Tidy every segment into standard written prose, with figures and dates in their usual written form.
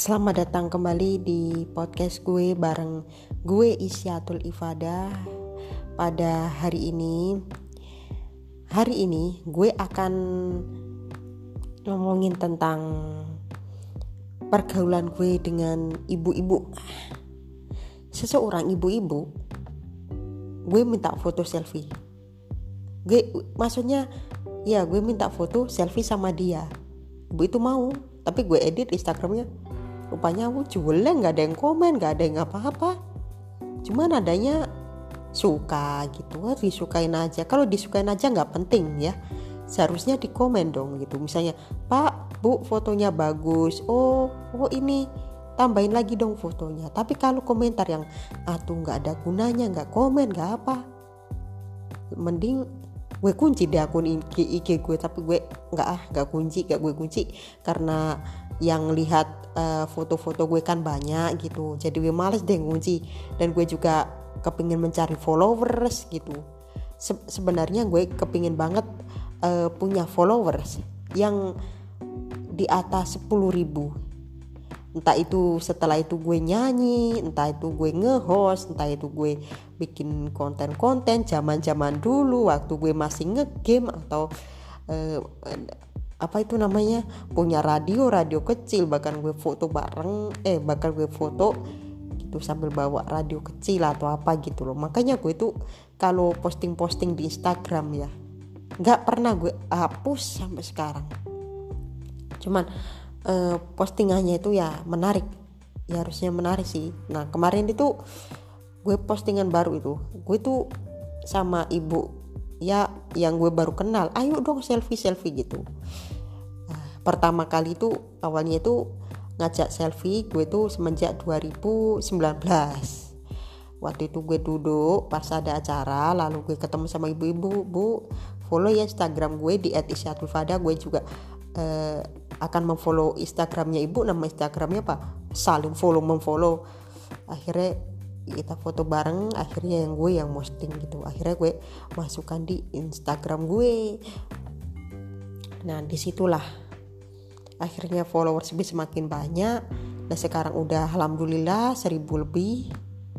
Selamat datang kembali di podcast gue bareng gue Isyatul Ifadah. Pada hari ini gue akan ngomongin tentang pergaulan gue dengan ibu-ibu. Seseorang ibu-ibu, gue minta foto selfie. Gue minta foto selfie sama dia. Ibu itu mau, tapi gue edit Instagramnya. Rupanya aku jelek, gak ada yang komen, gak ada yang apa-apa. Cuman adanya suka gitu, disukain aja. Kalau disukain aja gak penting ya, seharusnya di komen dong gitu. Misalnya, Pak, Bu, fotonya bagus. Oh ini, tambahin lagi dong fotonya. Tapi kalau komentar yang gak ada gunanya, gak komen, gak apa, mending gue kunci deh akun IG gue. Tapi gue gak gue kunci karena yang lihat foto-foto gue kan banyak gitu, jadi gue males deh ngunci. Dan gue juga kepingin mencari followers gitu. Sebenarnya gue kepingin banget punya followers yang di atas 10.000. Entah itu setelah itu gue nyanyi, entah itu gue nge-host, entah itu gue bikin konten-konten zaman dulu waktu gue masih nge-game, atau punya radio kecil, bahkan gue foto gitu sambil bawa radio kecil atau apa gitu loh. Makanya gue tuh kalau posting di Instagram ya nggak pernah gue hapus sampai sekarang. Cuman postingannya itu ya menarik, ya harusnya menarik sih. Nah kemarin itu gue postingan baru itu, gue tuh sama ibu ya yang gue baru kenal, ayo dong selfie gitu. Pertama kali itu awalnya itu ngajak selfie gue tuh semenjak 2019. Waktu itu gue duduk pas ada acara, lalu gue ketemu sama ibu-ibu. Bu, follow ya Instagram gue di @isyatul_fada. Gue juga akan memfollow Instagramnya ibu. Nama Instagramnya apa? Saling memfollow. Akhirnya kita foto bareng. Akhirnya yang posting gitu. Akhirnya gue masukkan di Instagram gue. Nah disitulah akhirnya followers gue semakin banyak. Dan sekarang udah alhamdulillah 1.000 lebih.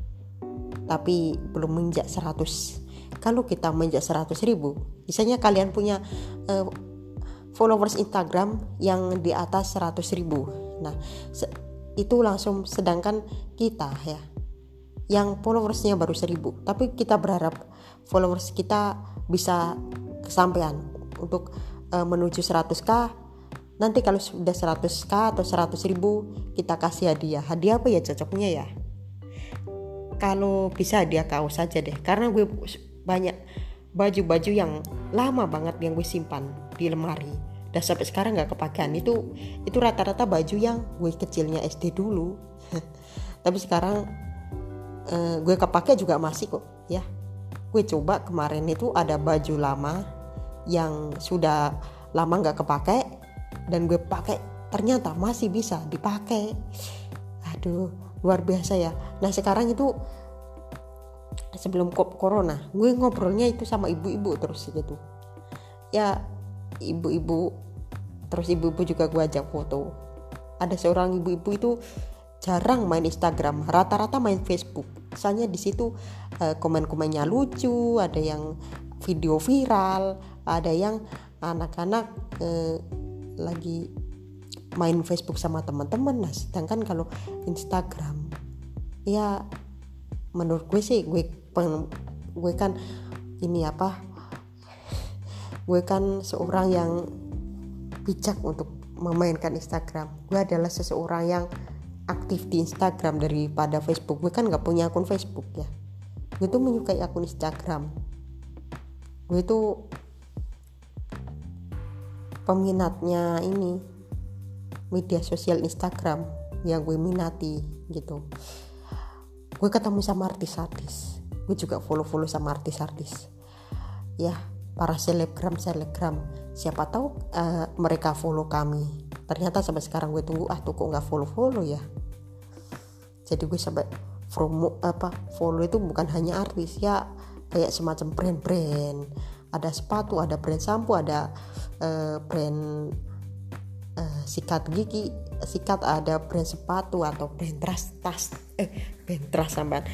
Tapi belum menginjak 100. Kalau kita menginjak 100.000, misalnya kalian punya followers Instagram yang di atas 100.000. Nah itu langsung, sedangkan kita ya yang followersnya baru 1.000, tapi kita berharap followers kita bisa kesampaian untuk menuju 100k. Nanti kalau sudah 100k atau 100.000 kita kasih hadiah apa ya cocoknya ya. Kalau bisa hadiah kaos saja deh, karena gue banyak baju yang lama banget yang gue simpan di lemari dan sampai sekarang gak kepakean. Itu rata-rata baju yang gue kecilnya SD dulu. Tapi sekarang gue kepake juga masih kok ya. Gue coba kemarin itu ada baju lama yang sudah lama gak kepake dan gue pakai, ternyata masih bisa dipakai. Aduh, luar biasa ya. Nah sekarang itu sebelum corona gue ngobrolnya itu sama ibu-ibu terus gitu ya. Ibu-ibu juga gue ajak foto. Ada seorang ibu-ibu itu jarang main Instagram, rata-rata main Facebook. Misalnya di situ komen-komennya lucu, ada yang video viral, ada yang anak-anak lagi main Facebook sama teman-teman. Nah sedangkan kalau Instagram ya menurut gue sih gue kan seorang yang bijak untuk memainkan Instagram. Gue adalah seseorang yang aktif di Instagram daripada Facebook. Gue kan gak punya akun Facebook ya. Gue tuh menyukai akun Instagram. Gue tuh peminatnya ini media sosial Instagram yang gue minati gitu. Gue ketemu sama artis-artis, gue juga follow sama artis-artis ya, para selebgram. Siapa tahu mereka follow kami. Ternyata sampai sekarang gue tunggu tuh kok nggak follow ya. Jadi gue sampai follow itu bukan hanya artis ya, kayak semacam brand. Ada sepatu, ada brand sampo, ada brand sikat gigi, sikat, ada brand sepatu atau brand tas brand tas sampean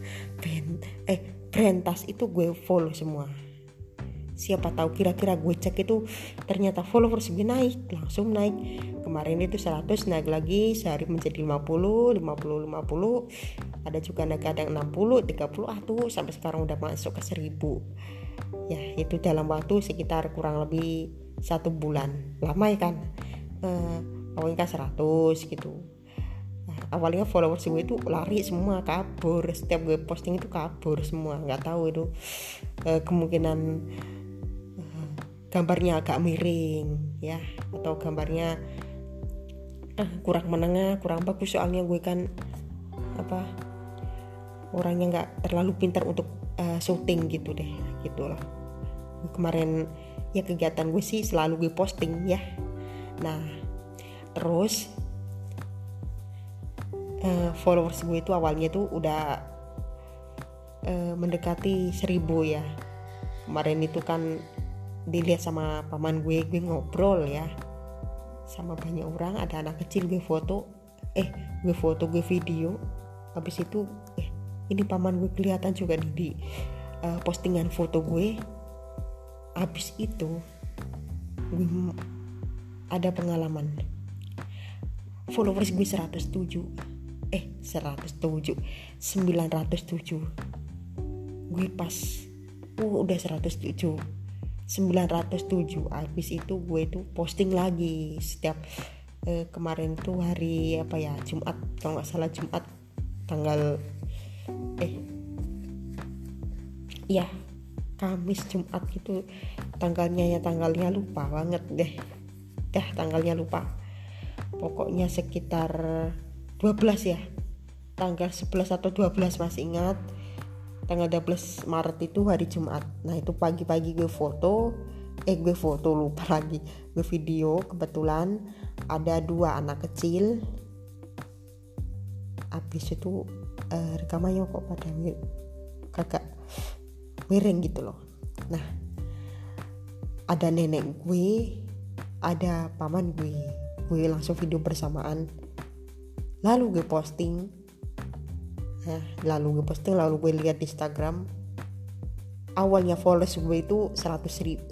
brand tas itu gue follow semua. Siapa tahu kira-kira gue cek itu ternyata followers gue naik, langsung naik. Kemarin itu 100, naik lagi sehari menjadi 50. Ada juga naik kadang 60, 30 tuh sampai sekarang udah masuk ke 1000. Ya, itu dalam waktu sekitar kurang lebih 1 bulan. Lama ya kan? Awalnya kan 100 gitu. Awalnya followers gue itu lari semua, kabur. Setiap gue posting itu kabur semua. Nggak tahu itu kemungkinan gambarnya agak miring ya, atau gambarnya kurang menengah, kurang bagus. Soalnya gue kan orangnya nggak terlalu pintar untuk syuting gitu deh, gitu loh. Kemarin ya kegiatan gue sih selalu gue posting ya. Nah terus followers gue itu awalnya tuh udah mendekati 1000 ya. Kemarin itu kan dilihat sama paman gue ngobrol ya sama banyak orang, ada anak kecil, gue foto, gue video. Habis itu ini paman gue kelihatan juga di postingan foto gue. Habis itu gue ada pengalaman, followers gue 907. Gue pas udah 107, 907. Habis itu gue tuh posting lagi setiap kemarin tuh hari Jumat, kalau nggak salah Jumat tanggal Kamis Jumat gitu tanggalnya lupa banget deh tanggalnya lupa. Pokoknya sekitar 12 ya, tanggal 11 atau 12 masih ingat. Tanggal 12 Maret itu hari Jumat. Nah itu pagi-pagi gue foto lupa lagi, gue video. Kebetulan ada 2 anak kecil. Habis itu rekamannya kok pada kagak miring gitu loh. Nah ada nenek gue, ada paman gue langsung video bersamaan. Lalu gue posting, lalu gue lihat di Instagram. Awalnya followers gue itu 907,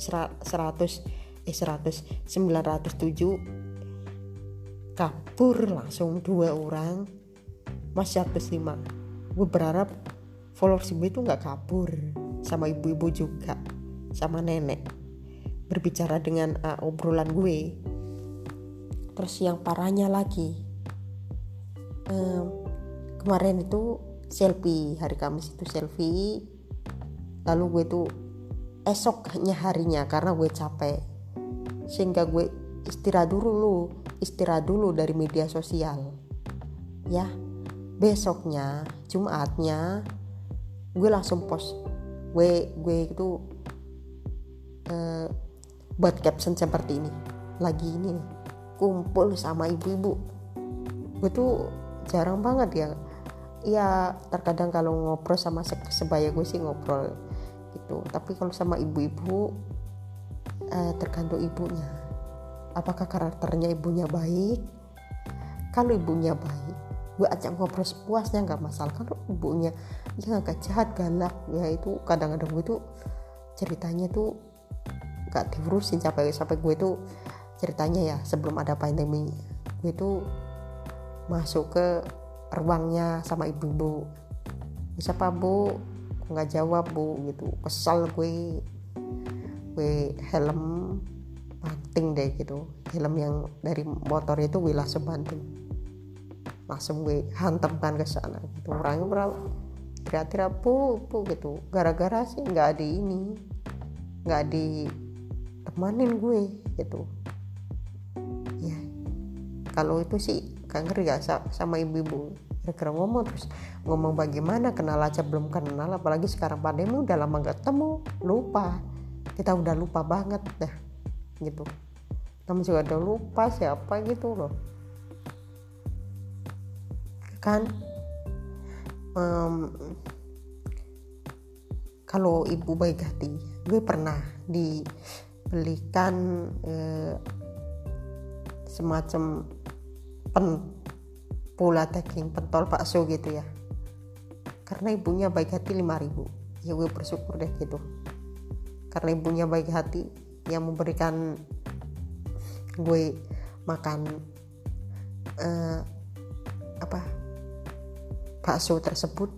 kabur langsung 2 orang, masih 105. Gue berharap followers gue itu gak kabur, sama ibu-ibu juga, sama nenek, berbicara dengan obrolan gue. Terus yang parahnya lagi, kemarin itu selfie, hari Kamis itu selfie. Lalu gue tuh esoknya harinya karena gue capek, sehingga gue istirahat dulu dari media sosial ya. Besoknya Jumatnya gue langsung post. Gue itu buat caption seperti ini, lagi ini kumpul sama ibu-ibu. Gue tuh jarang banget ya terkadang kalau ngobrol sama sebaya gue sih ngobrol gitu, tapi kalau sama ibu-ibu tergantung ibunya, apakah karakternya ibunya baik. Kalau ibunya baik, gue ajak ngobrol sepuasnya, nggak masalah. Kalau ibunya agak jahat, galak, ya itu kadang-kadang gue tuh ceritanya tuh nggak diurusin sampai gue tuh ceritanya ya, sebelum ada pandemi gue tuh masuk ke ruangnya sama ibu-ibu, siapa bu, nggak jawab bu gitu. Kesal gue helm banting deh gitu, helm yang dari motor itu gue langsung banting, langsung gue hantamkan ke sana gitu. Orangnya berapa teriak-teriak bu gitu, gara-gara sih nggak ditemanin gue gitu ya. Kalau itu sih gak ngeri ya sama ibu-ibu, kira-kira ngomong bagaimana, kenal aja belum kenal, apalagi sekarang pandemi udah lama gak ketemu, kita udah lupa banget dah gitu. Kamu juga udah lupa siapa gitu loh kan. Kalau ibu baik hati, gue pernah dibelikan semacam pula taking pentol bakso gitu ya, karena ibunya baik hati 5.000. Ya gue bersyukur deh gitu, karena ibunya baik hati yang memberikan gue makan bakso tersebut.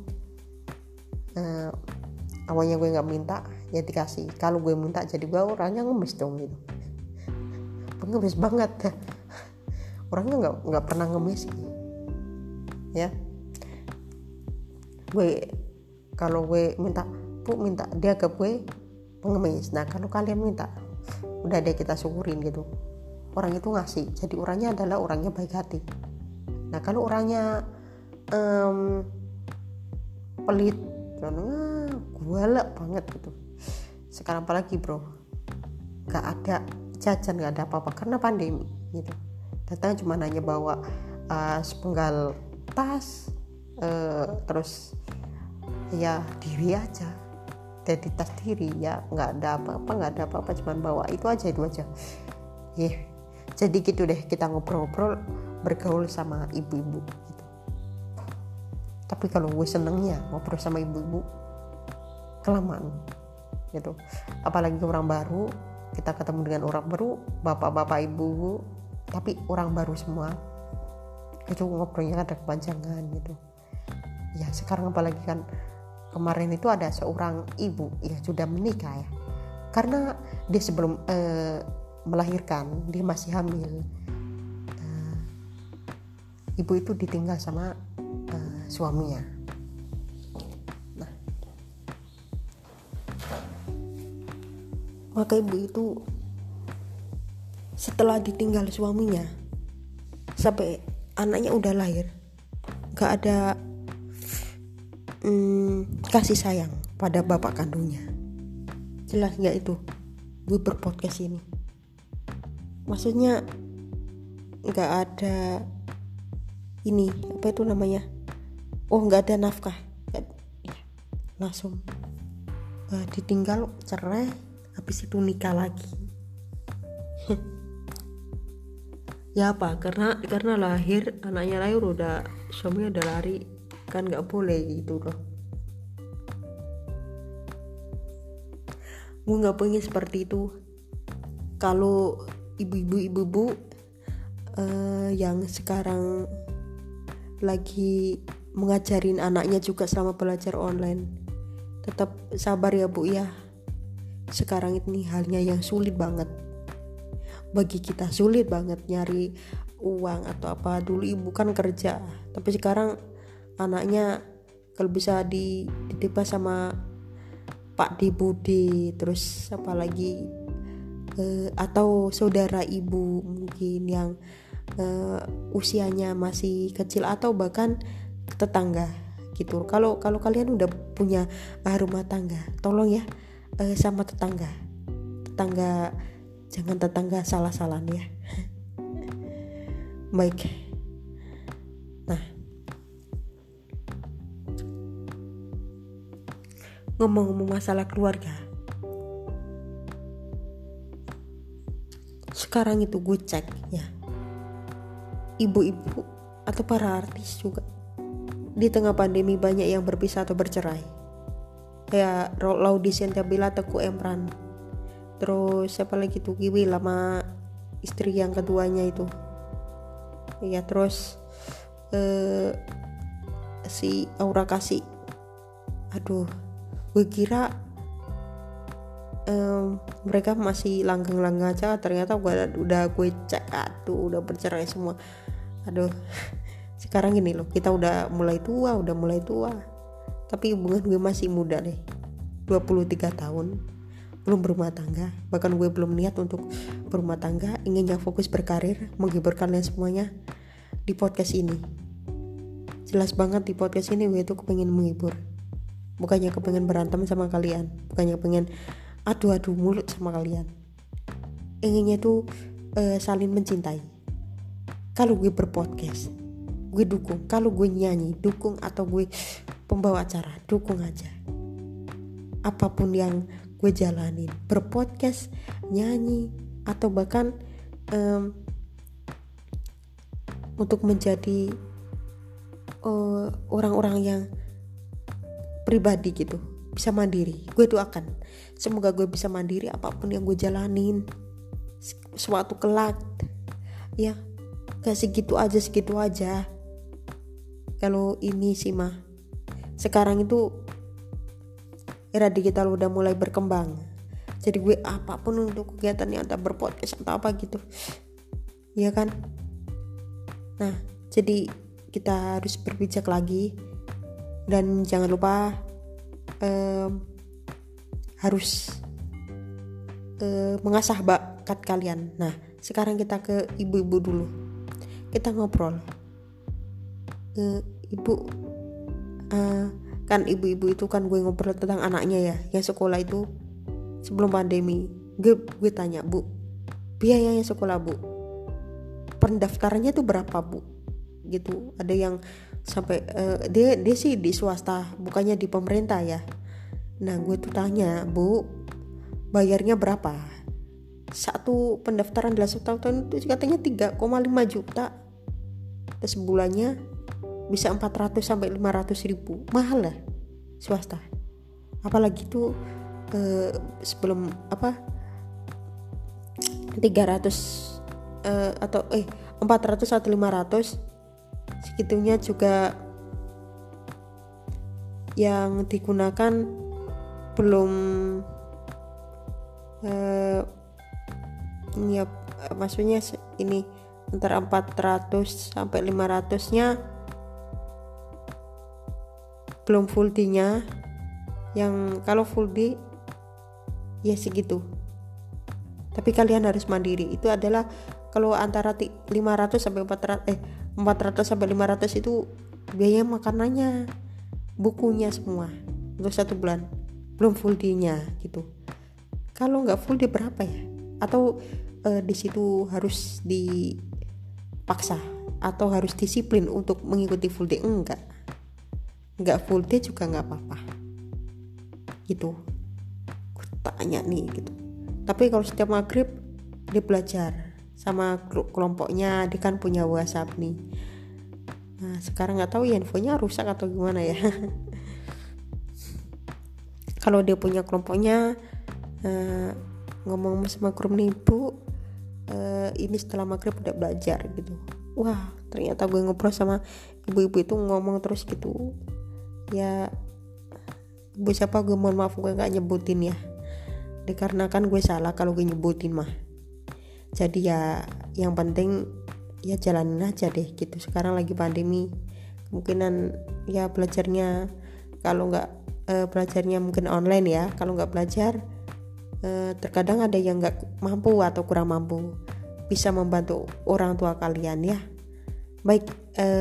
Awalnya gue nggak minta ya dikasih, kalau gue minta jadi gue orangnya ngemis dong gitu, ngemis banget orangnya nggak pernah ngemis ya. Gue kalau gue minta dia ke gue pengemis. Nah kalau kalian minta udah deh kita syukurin gitu, orang itu ngasih, jadi orangnya adalah orangnya baik hati. Nah kalau orangnya pelit, galak banget gitu. Sekarang apalagi bro, nggak ada jajan, nggak ada apa-apa karena pandemi gitu. Datang cuma hanya bawa sepenggal tas, terus ya diri aja, jadi tas diri ya, nggak ada apa-apa, cuma bawa itu aja ya. Jadi gitu deh, kita ngobrol-ngobrol, bergaul sama ibu-ibu gitu. Tapi kalau gue senengnya ngobrol sama ibu-ibu kelamaan gitu, apalagi orang baru, kita ketemu dengan orang baru, bapak-bapak, ibu-ibu, tapi orang baru semua, itu ngobrolnya ada kepanjangan gitu ya. Sekarang apalagi kan kemarin itu ada seorang ibu ya sudah menikah ya, karena dia sebelum melahirkan dia masih hamil. Ibu itu ditinggal sama suaminya. Nah, maka ibu itu setelah ditinggal suaminya sampai anaknya udah lahir, gak ada kasih sayang pada bapak kandungnya. Jelas gak itu gue berpodcast ini? Maksudnya gak ada ini, apa itu namanya, gak ada nafkah, langsung ditinggal, cerai, habis itu nikah lagi. Ya apa, karena lahir, anaknya lahir udah suaminya udah lari, kan nggak boleh gitu loh. Gue nggak pengen seperti itu. Kalau ibu-ibu yang sekarang lagi mengajarin anaknya juga selama belajar online, tetap sabar ya bu ya. Sekarang ini halnya yang sulit banget bagi kita, sulit banget nyari uang atau apa. Dulu ibu kan kerja, tapi sekarang anaknya kalau bisa dititipkan sama Pak D Bude, terus apa lagi, atau saudara ibu mungkin yang usianya masih kecil, atau bahkan tetangga gitu. Kalau kalian udah punya rumah tangga, tolong ya sama tetangga, jangan tetangga salah-salahan ya. Baik. Nah, ngomong-ngomong masalah keluarga, sekarang itu gue cek ya, ibu-ibu atau para artis juga di tengah pandemi banyak yang berpisah atau bercerai. Kayak Laudi Sentiabila, Teguh Emran, terus siapa lagi tuh, Kiwi lama istri yang keduanya itu ya, terus si Aura Kasih. Aduh, gue kira mereka masih langgeng-langgeng aja, ternyata udah gue cek, aduh udah bercerai semua. Aduh, sekarang gini loh, kita udah mulai tua, tapi hubungan gue masih muda deh, 23 tahun, belum berumah tangga. Bahkan gue belum niat untuk berumah tangga, inginnya fokus berkarir, menghibur kalian semuanya di podcast ini. Jelas banget di podcast ini gue tuh kepengen menghibur, bukannya kepengen berantem sama kalian, bukannya pengen adu-adu mulut sama kalian. Inginnya tuh saling mencintai. Kalau gue berpodcast, gue dukung. Kalau gue nyanyi, dukung. Atau gue pembawa acara, dukung aja. Apapun yang gue jalanin, berpodcast, nyanyi, atau bahkan untuk menjadi orang-orang yang pribadi gitu, bisa mandiri. Gue doakan semoga gue bisa mandiri apapun yang gue jalanin suatu kelak ya. Gak segitu aja. Kalau ini sih mah sekarang itu era digital udah mulai berkembang, jadi gue apapun untuk kegiatannya, entah berpodcast atau apa gitu ya kan. Nah jadi kita harus berbijak lagi, dan jangan lupa harus mengasah bakat kalian. Nah sekarang kita ke ibu-ibu dulu, kita ngobrol. Ibu kan ibu-ibu itu kan gue ngobrol tentang anaknya ya yang sekolah itu sebelum pandemi. Gue tanya, Bu, biayanya sekolah Bu, pendaftarannya tuh berapa Bu gitu. Ada yang sampai dia sih di swasta, bukannya di pemerintah ya. Nah gue tuh tanya, Bu, bayarnya berapa? Satu pendaftaran dalam setahun itu katanya 3,5 juta. Terus bulannya bisa 400 sampai 500 ribu. Mahal lah swasta. Apalagi tuh sebelum 300 atau 400 atau 500 segitunya juga yang digunakan belum ya, maksudnya ini antara 400 sampai 500 nya belum full D nya. Yang kalau full D ya segitu, tapi kalian harus mandiri. Itu adalah kalau antara 500 sampai 400 sampai 500 itu biaya makanannya, bukunya semua untuk 1 bulan, belum full D nya gitu. Kalau nggak full D berapa ya? Atau di situ harus dipaksa atau harus disiplin untuk mengikuti full D? Enggak full D juga nggak apa-apa gitu. Gue tanya nih gitu. Tapi kalau setiap maghrib dia belajar sama kelompoknya, dia kan punya WhatsApp nih. Nah sekarang nggak tahu ya infonya rusak atau gimana ya. Kalau dia punya kelompoknya, ngomong sama grup nih, Bu, ini setelah maghrib udah belajar gitu. Wah ternyata gue ngobrol sama ibu-ibu itu ngomong terus gitu ya. Ibu siapa gue mohon maaf gue gak nyebutin ya, dikarenakan gue salah kalau gue nyebutin mah. Jadi ya yang penting ya jalanin aja deh gitu. Sekarang lagi pandemi, kemungkinan ya belajarnya, kalau gak belajarnya mungkin online ya. Kalau gak belajar, terkadang ada yang gak mampu atau kurang mampu, bisa membantu orang tua kalian ya. Baik,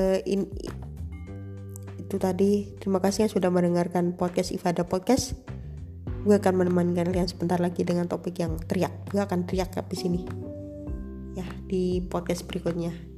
itu tadi. Terima kasih yang sudah mendengarkan podcast Ifada Podcast. Gue akan menemani kalian sebentar lagi dengan topik yang teriak. Gue akan teriak habis ini ya di podcast berikutnya.